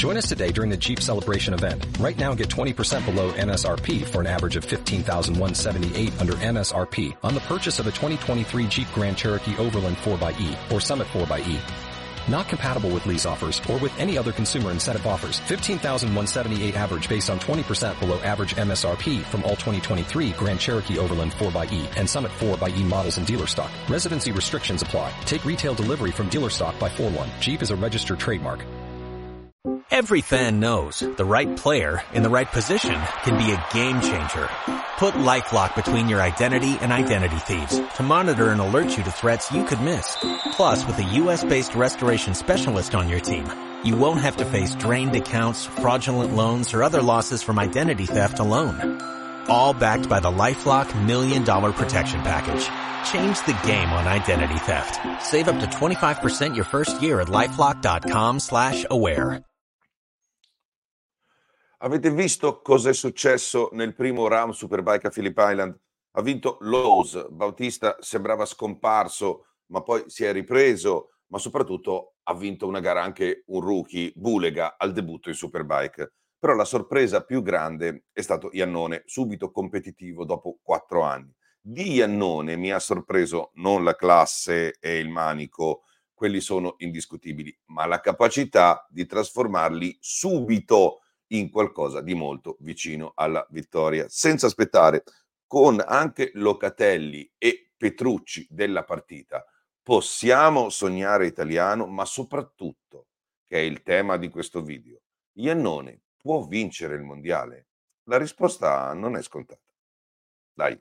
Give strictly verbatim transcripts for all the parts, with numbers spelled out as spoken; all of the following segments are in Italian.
Join us today during the Jeep Celebration event. Right now, get twenty percent below M S R P for an average of fifteen thousand one hundred seventy-eight dollars under M S R P on the purchase of a twenty twenty-three Jeep Grand Cherokee Overland four by E or Summit four by E. Not compatible with lease offers or with any other consumer incentive offers. fifteen thousand one hundred seventy-eight dollars average based on twenty percent below average M S R P from all twenty twenty-three Grand Cherokee Overland four by E and Summit four by E models in dealer stock. Residency restrictions apply. Take retail delivery from dealer stock by four one. Jeep is a registered trademark. Every fan knows the right player in the right position can be a game changer. Put LifeLock between your identity and identity thieves to monitor and alert you to threats you could miss. Plus, with a U S-based restoration specialist on your team, you won't have to face drained accounts, fraudulent loans, or other losses from identity theft alone. All backed by the LifeLock Million Dollar Protection Package. Change the game on identity theft. Save up to twenty-five percent your first year at LifeLock.com slash aware. Avete visto cosa è successo nel primo round Superbike a Phillip Island? Ha vinto Lowe's, Bautista sembrava scomparso, ma poi si è ripreso, ma soprattutto ha vinto una gara anche un rookie, Bulega, al debutto in Superbike. Però la sorpresa più grande è stato Iannone, subito competitivo dopo quattro anni. Di Iannone mi ha sorpreso non la classe e il manico, quelli sono indiscutibili, ma la capacità di trasformarli subito in qualcosa di molto vicino alla vittoria, senza aspettare, con anche Locatelli e Petrucci della partita. Possiamo sognare italiano, ma soprattutto, che è il tema di questo video, Iannone può vincere il mondiale? La risposta non è scontata. Dai.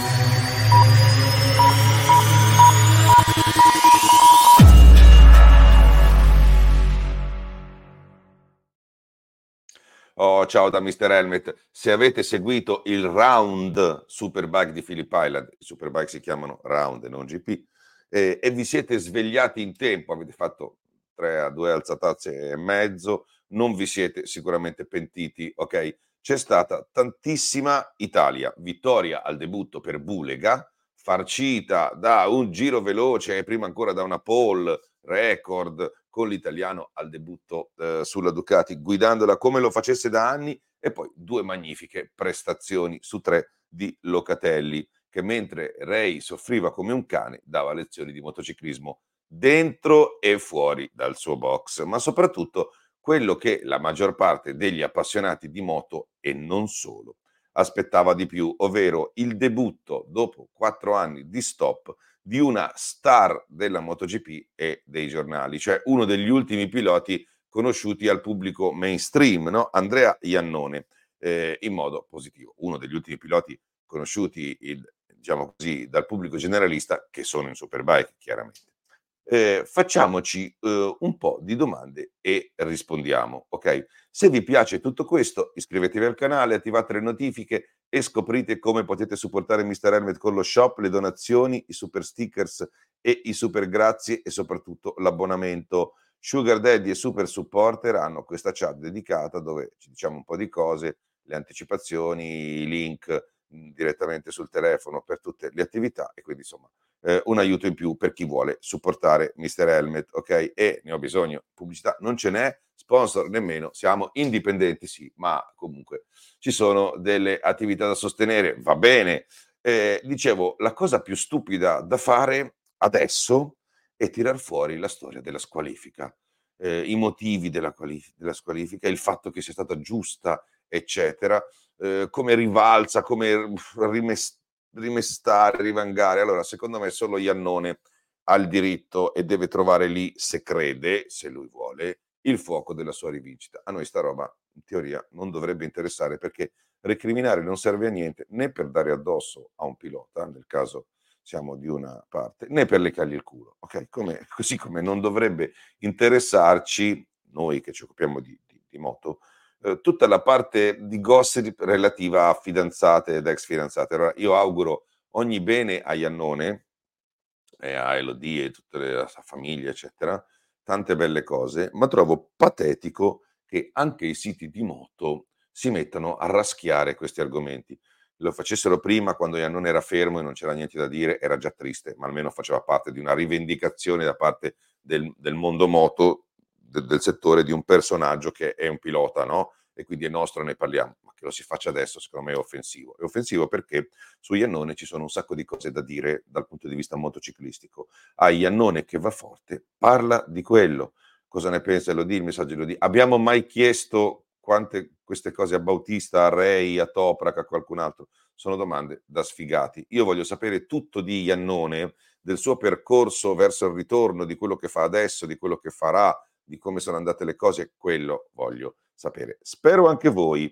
Oh, ciao da mister Helmet. Se avete seguito il round Superbike di Phillip Island, i Superbike si chiamano round e non G P, eh, e vi siete svegliati in tempo, avete fatto tre a due alzatazze e mezzo, non vi siete sicuramente pentiti, ok? C'è stata tantissima Italia, vittoria al debutto per Bulega, farcita da un giro veloce e prima ancora da una pole record con l'italiano al debutto eh, sulla Ducati, guidandola come lo facesse da anni, e poi due magnifiche prestazioni su tre di Locatelli, che mentre Ray soffriva come un cane dava lezioni di motociclismo dentro e fuori dal suo box, ma soprattutto quello che la maggior parte degli appassionati di moto e non solo aspettava di più, ovvero il debutto dopo quattro anni di stop di una star della MotoGP e dei giornali, cioè uno degli ultimi piloti conosciuti al pubblico mainstream, no? Andrea Iannone, eh, in modo positivo, uno degli ultimi piloti conosciuti, il, diciamo così, dal pubblico generalista, che sono in Superbike, chiaramente. Eh, facciamoci eh, un po' di domande e rispondiamo, ok? Se vi piace tutto questo, iscrivetevi al canale, attivate le notifiche e scoprite come potete supportare mister Helmet con lo shop, le donazioni, i super stickers e i super grazie e soprattutto l'abbonamento. Sugar Daddy e Super Supporter hanno questa chat dedicata dove ci diciamo un po' di cose, le anticipazioni, i link mh, direttamente sul telefono per tutte le attività, e quindi insomma eh, un aiuto in più per chi vuole supportare mister Helmet, ok? E ne ho bisogno, pubblicità non ce n'è, sponsor nemmeno, siamo indipendenti sì, ma comunque ci sono delle attività da sostenere, va bene. Eh, dicevo, la cosa più stupida da fare adesso è tirar fuori la storia della squalifica, eh, i motivi della, qualif- della squalifica, il fatto che sia stata giusta, eccetera, eh, come rivalsa, come rimes- rimestare, rivangare. Allora, secondo me solo Iannone ha il diritto e deve trovare lì, se crede, se lui vuole, il fuoco della sua rivincita. A noi sta roba, in teoria, non dovrebbe interessare, perché recriminare non serve a niente, né per dare addosso a un pilota, nel caso siamo di una parte, né per lecargli il culo, ok? Come, così come non dovrebbe interessarci, noi che ci occupiamo di, di, di moto, eh, tutta la parte di gossip relativa a fidanzate ed ex fidanzate. Allora, io auguro ogni bene a Iannone e a Elodie e tutta la sua famiglia, eccetera, tante belle cose, ma trovo patetico che anche i siti di moto si mettano a raschiare questi argomenti. Lo facessero prima, quando Iannone era fermo e non c'era niente da dire, era già triste, ma almeno faceva parte di una rivendicazione da parte del, del mondo moto, de, del settore di un personaggio che è un pilota, no? E quindi è nostro, ne parliamo, ma che lo si faccia adesso secondo me è offensivo. È offensivo perché su Iannone ci sono un sacco di cose da dire dal punto di vista motociclistico. Ah, Iannone che va forte, parla di quello. Cosa ne pensa Elodie? Il messaggio Elodie. Abbiamo mai chiesto quante queste cose a Bautista, a Rei, a Toprak, a qualcun altro? Sono domande da sfigati. Io voglio sapere tutto di Iannone, del suo percorso verso il ritorno, di quello che fa adesso, di quello che farà, di come sono andate le cose, quello voglio sapere. Spero anche voi.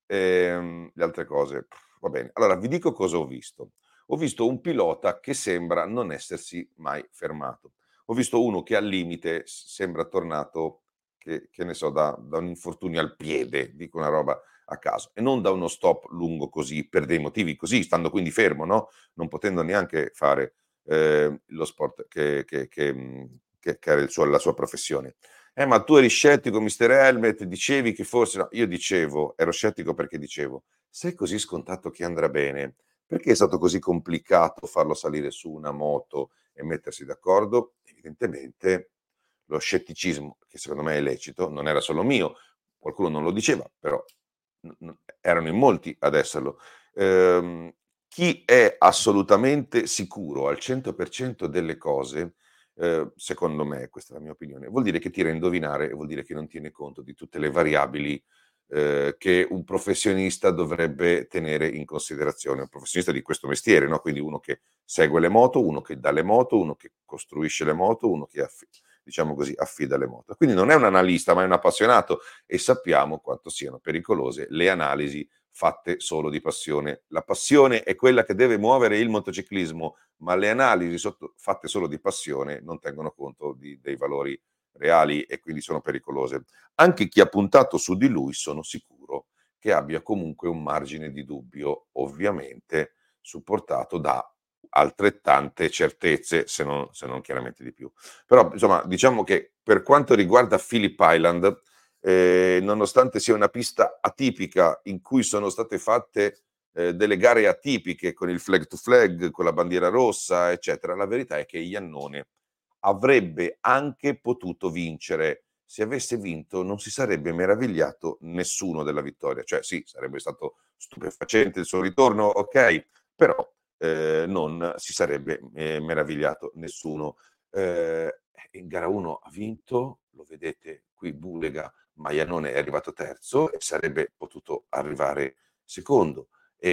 Ehm, le altre cose, va bene. Allora, vi dico cosa ho visto. Ho visto un pilota che sembra non essersi mai fermato. Ho visto uno che al limite sembra tornato, che, che ne so, da, da un infortunio al piede, dico una roba a caso, e non da uno stop lungo così, per dei motivi così, stando quindi fermo, no? Non potendo neanche fare eh, lo sport che, che, che, che, che era il suo, la sua professione. Eh, ma tu eri scettico, mister Helmet, dicevi che forse... No, io dicevo, ero scettico perché dicevo, se è così scontato che andrà bene, perché è stato così complicato farlo salire su una moto e mettersi d'accordo? Evidentemente lo scetticismo, che secondo me è lecito, non era solo mio, qualcuno non lo diceva, però n- n- erano in molti ad esserlo. Ehm, chi è assolutamente sicuro al cento per cento delle cose, eh, secondo me, questa è la mia opinione, vuol dire che tira a indovinare e vuol dire che non tiene conto di tutte le variabili eh, che un professionista dovrebbe tenere in considerazione, un professionista di questo mestiere, no? Quindi uno che segue le moto, uno che dà le moto, uno che costruisce le moto, uno che affi- diciamo così, affida le moto. Quindi non è un analista, ma è un appassionato e sappiamo quanto siano pericolose le analisi fatte solo di passione. La passione è quella che deve muovere il motociclismo, ma le analisi sotto, fatte solo di passione non tengono conto di, dei valori reali e quindi sono pericolose. Anche chi ha puntato su di lui sono sicuro che abbia comunque un margine di dubbio, ovviamente supportato da altrettante certezze, se non, se non chiaramente di più. Però insomma diciamo che per quanto riguarda Phillip Island, eh, nonostante sia una pista atipica in cui sono state fatte eh, delle gare atipiche con il flag to flag, con la bandiera rossa, eccetera, la verità è che Iannone avrebbe anche potuto vincere. Se avesse vinto non si sarebbe meravigliato nessuno della vittoria, cioè sì, sarebbe stato stupefacente il suo ritorno, ok, però eh, non si sarebbe eh, meravigliato nessuno. Eh, in gara uno ha vinto, lo vedete qui Bulega, ma Iannone è arrivato terzo e sarebbe potuto arrivare secondo.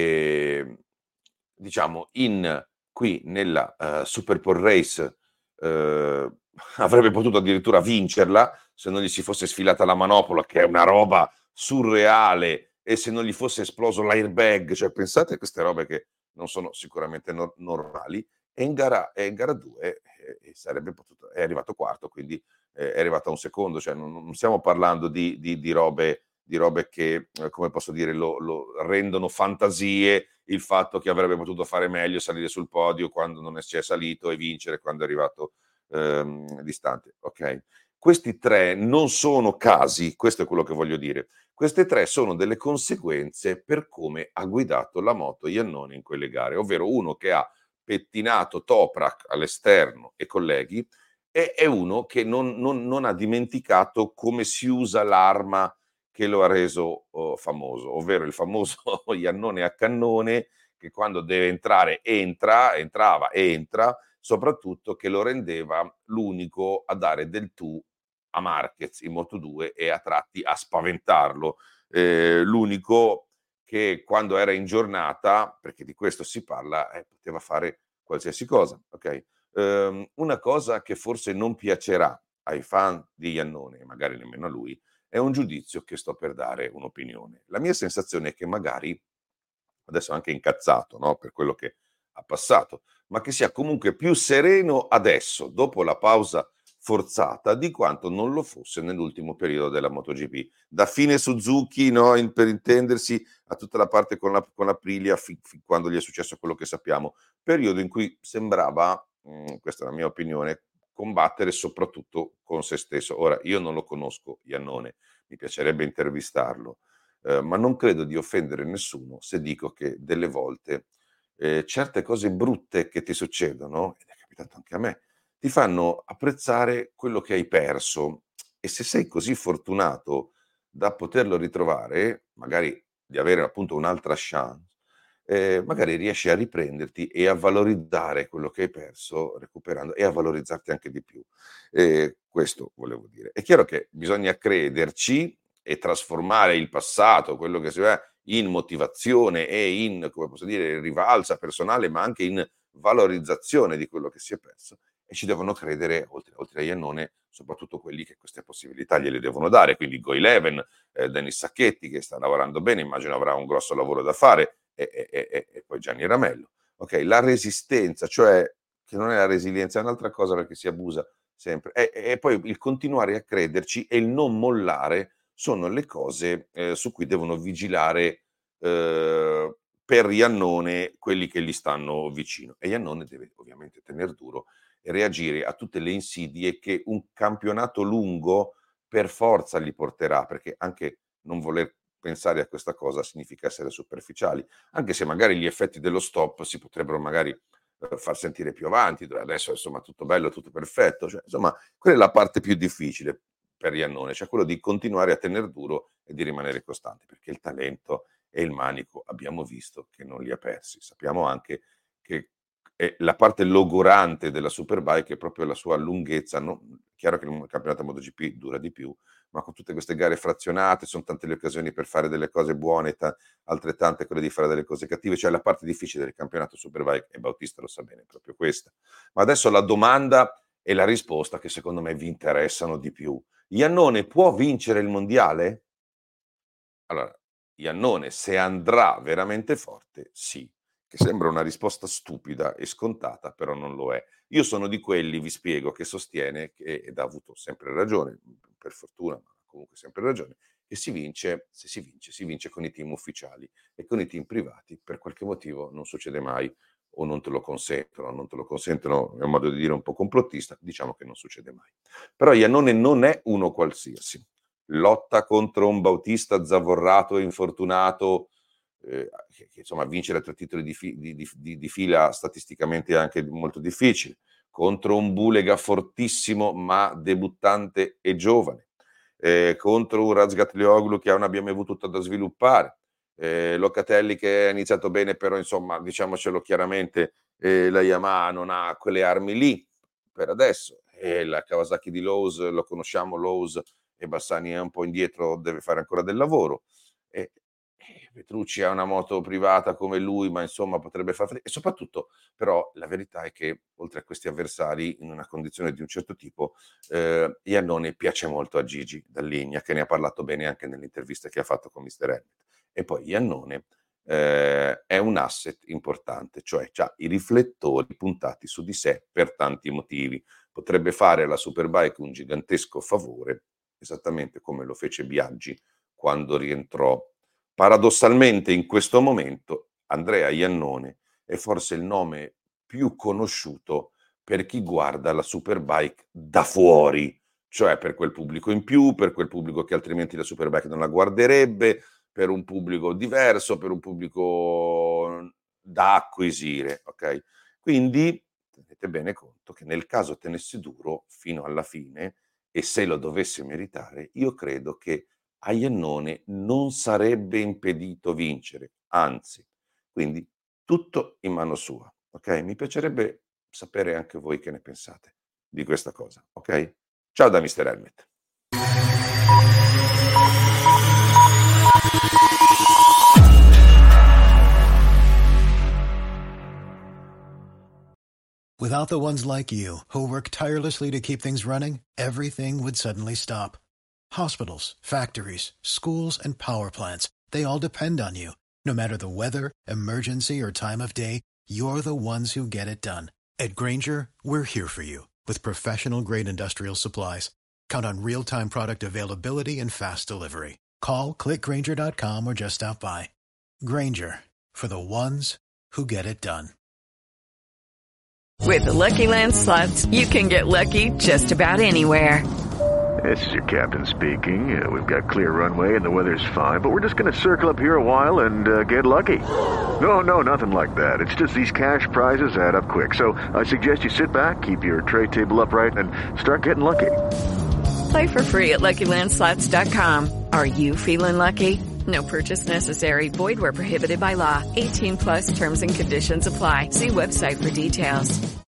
E, diciamo, in, qui nella uh, Super Pole Race uh, avrebbe potuto addirittura vincerla se non gli si fosse sfilata la manopola, che è una roba surreale, e se non gli fosse esploso l'airbag, cioè pensate a queste robe che non sono sicuramente no- normali, e in gara, e in gara due eh, sarebbe potuto, è arrivato quarto, quindi eh, è arrivato a un secondo, cioè non, non stiamo parlando di, di, di robe di robe che, eh, come posso dire, lo, lo rendono fantasie, il fatto che avrebbe potuto fare meglio, salire sul podio quando non si è salito e vincere quando è arrivato ehm, distante. Ok? Questi tre non sono casi, questo è quello che voglio dire. Queste tre sono delle conseguenze per come ha guidato la moto Iannone in quelle gare, ovvero uno che ha pettinato Toprak all'esterno e colleghi, e è uno che non, non, non ha dimenticato come si usa l'arma che lo ha reso oh, famoso, ovvero il famoso Iannone a cannone, che quando deve entrare entra, entrava e entra, soprattutto che lo rendeva l'unico a dare del tu a Marquez in Moto due e a tratti a spaventarlo, eh, l'unico che quando era in giornata, perché di questo si parla, eh, poteva fare qualsiasi cosa, ok? Um, una cosa che forse non piacerà ai fan di Iannone, magari nemmeno a lui, è un giudizio che sto per dare un'opinione. La mia sensazione è che magari, adesso anche incazzato, no, per quello che ha passato, ma che sia comunque più sereno adesso, dopo la pausa forzata, di quanto non lo fosse nell'ultimo periodo della MotoGP. Da fine Suzuki, no, in, per intendersi, a tutta la parte con la, con l'Aprilia, fi, fi, quando gli è successo quello che sappiamo, periodo in cui sembrava, mh, questa è la mia opinione, combattere soprattutto con se stesso. Ora, io non lo conosco, Iannone, mi piacerebbe intervistarlo, eh, ma non credo di offendere nessuno se dico che delle volte eh, certe cose brutte che ti succedono, ed è capitato anche a me, ti fanno apprezzare quello che hai perso. E se sei così fortunato da poterlo ritrovare, magari di avere appunto un'altra chance, eh, magari riesci a riprenderti e a valorizzare quello che hai perso recuperando e a valorizzarti anche di più. Eh, questo volevo dire. È chiaro che bisogna crederci e trasformare il passato, quello che si va, in motivazione e in, come posso dire, rivalsa personale, ma anche in valorizzazione di quello che si è perso. E ci devono credere, oltre, oltre a Iannone, soprattutto quelli che queste possibilità gliele devono dare, quindi Go Eleven, eh, Dennis Sacchetti che sta lavorando bene, immagino avrà un grosso lavoro da fare, e, e, e, e poi Gianni Ramello. Ok, la resistenza, cioè che non è la resilienza, è un'altra cosa perché si abusa sempre, e, e poi il continuare a crederci e il non mollare sono le cose eh, su cui devono vigilare eh, per Iannone quelli che gli stanno vicino, e Iannone deve ovviamente tenere duro e reagire a tutte le insidie che un campionato lungo per forza gli porterà, perché anche non voler pensare a questa cosa significa essere superficiali, anche se magari gli effetti dello stop si potrebbero magari eh, far sentire più avanti, adesso insomma tutto bello, tutto perfetto, cioè, insomma quella è la parte più difficile per Iannone, cioè quello di continuare a tenere duro e di rimanere costante, perché il talento e il manico abbiamo visto che non li ha persi. Sappiamo anche che è la parte logorante della Superbike è proprio la sua lunghezza, no? Chiaro che il campionato MotoGP dura di più, ma con tutte queste gare frazionate sono tante le occasioni per fare delle cose buone, ta- altrettante quelle di fare delle cose cattive, cioè la parte difficile del campionato Superbike, e Bautista lo sa bene, è proprio questa. Ma adesso la domanda e la risposta che secondo me vi interessano di più. Iannone può vincere il mondiale? Allora, Iannone, se andrà veramente forte, sì, che sembra una risposta stupida e scontata, però non lo è. Io sono di quelli, vi spiego, che sostiene, che, ed ha avuto sempre ragione, per fortuna, ma comunque sempre ragione, che si vince, se si vince, si vince con i team ufficiali, e con i team privati, per qualche motivo, non succede mai, o non te lo consentono, non te lo consentono, è un modo di dire un po' complottista, diciamo che non succede mai. Però Iannone non è uno qualsiasi. Lotta contro un Bautista zavorrato e infortunato, eh, che, che insomma vincere tre titoli di, fi, di, di, di fila statisticamente è anche molto difficile, contro un Bulega fortissimo ma debuttante e giovane, eh, contro un Razgatlioglu che ha una B M W tutta da sviluppare, eh, Locatelli che ha iniziato bene, però insomma diciamocelo chiaramente, eh, la Yamaha non ha quelle armi lì per adesso, e la Kawasaki di Lowe's, lo conosciamo, Lowe's, e Bassani è un po' indietro, deve fare ancora del lavoro, e, e Petrucci ha una moto privata come lui, ma insomma potrebbe far fatica, e soprattutto però la verità è che oltre a questi avversari in una condizione di un certo tipo, eh, Iannone piace molto a Gigi Dall'Igna, che ne ha parlato bene anche nell'intervista che ha fatto con mister Helmet. E poi Iannone eh, è un asset importante, cioè ha i riflettori puntati su di sé per tanti motivi, potrebbe fare alla Superbike un gigantesco favore, esattamente come lo fece Biaggi quando rientrò. Paradossalmente in questo momento Andrea Iannone è forse il nome più conosciuto per chi guarda la Superbike da fuori, cioè per quel pubblico in più, per quel pubblico che altrimenti la Superbike non la guarderebbe, per un pubblico diverso, per un pubblico da acquisire, ok? Quindi tenete bene conto che nel caso tenesse duro fino alla fine, e se lo dovesse meritare, io credo che a Iannone non sarebbe impedito vincere, anzi, quindi tutto in mano sua, ok? Mi piacerebbe sapere anche voi che ne pensate di questa cosa, ok? Ciao da mister Helmet. Without the ones like you, who work tirelessly to keep things running, everything would suddenly stop. Hospitals, factories, schools, and power plants, they all depend on you. No matter the weather, emergency, or time of day, you're the ones who get it done. At Grainger, we're here for you with professional-grade industrial supplies. Count on real-time product availability and fast delivery. Call, click Grainger dot com, or just stop by. Grainger, for the ones who get it done. With the Lucky Land Slots, you can get lucky just about anywhere. This is your captain speaking. Uh, we've got clear runway and the weather's fine, but we're just going to circle up here a while and uh, get lucky. No, no, nothing like that. It's just these cash prizes add up quick. So I suggest you sit back, keep your tray table upright, and start getting lucky. Play for free at Lucky Land Slots dot com. Are you feeling lucky? No purchase necessary. Void where prohibited by law. eighteen plus terms and conditions apply. See website for details.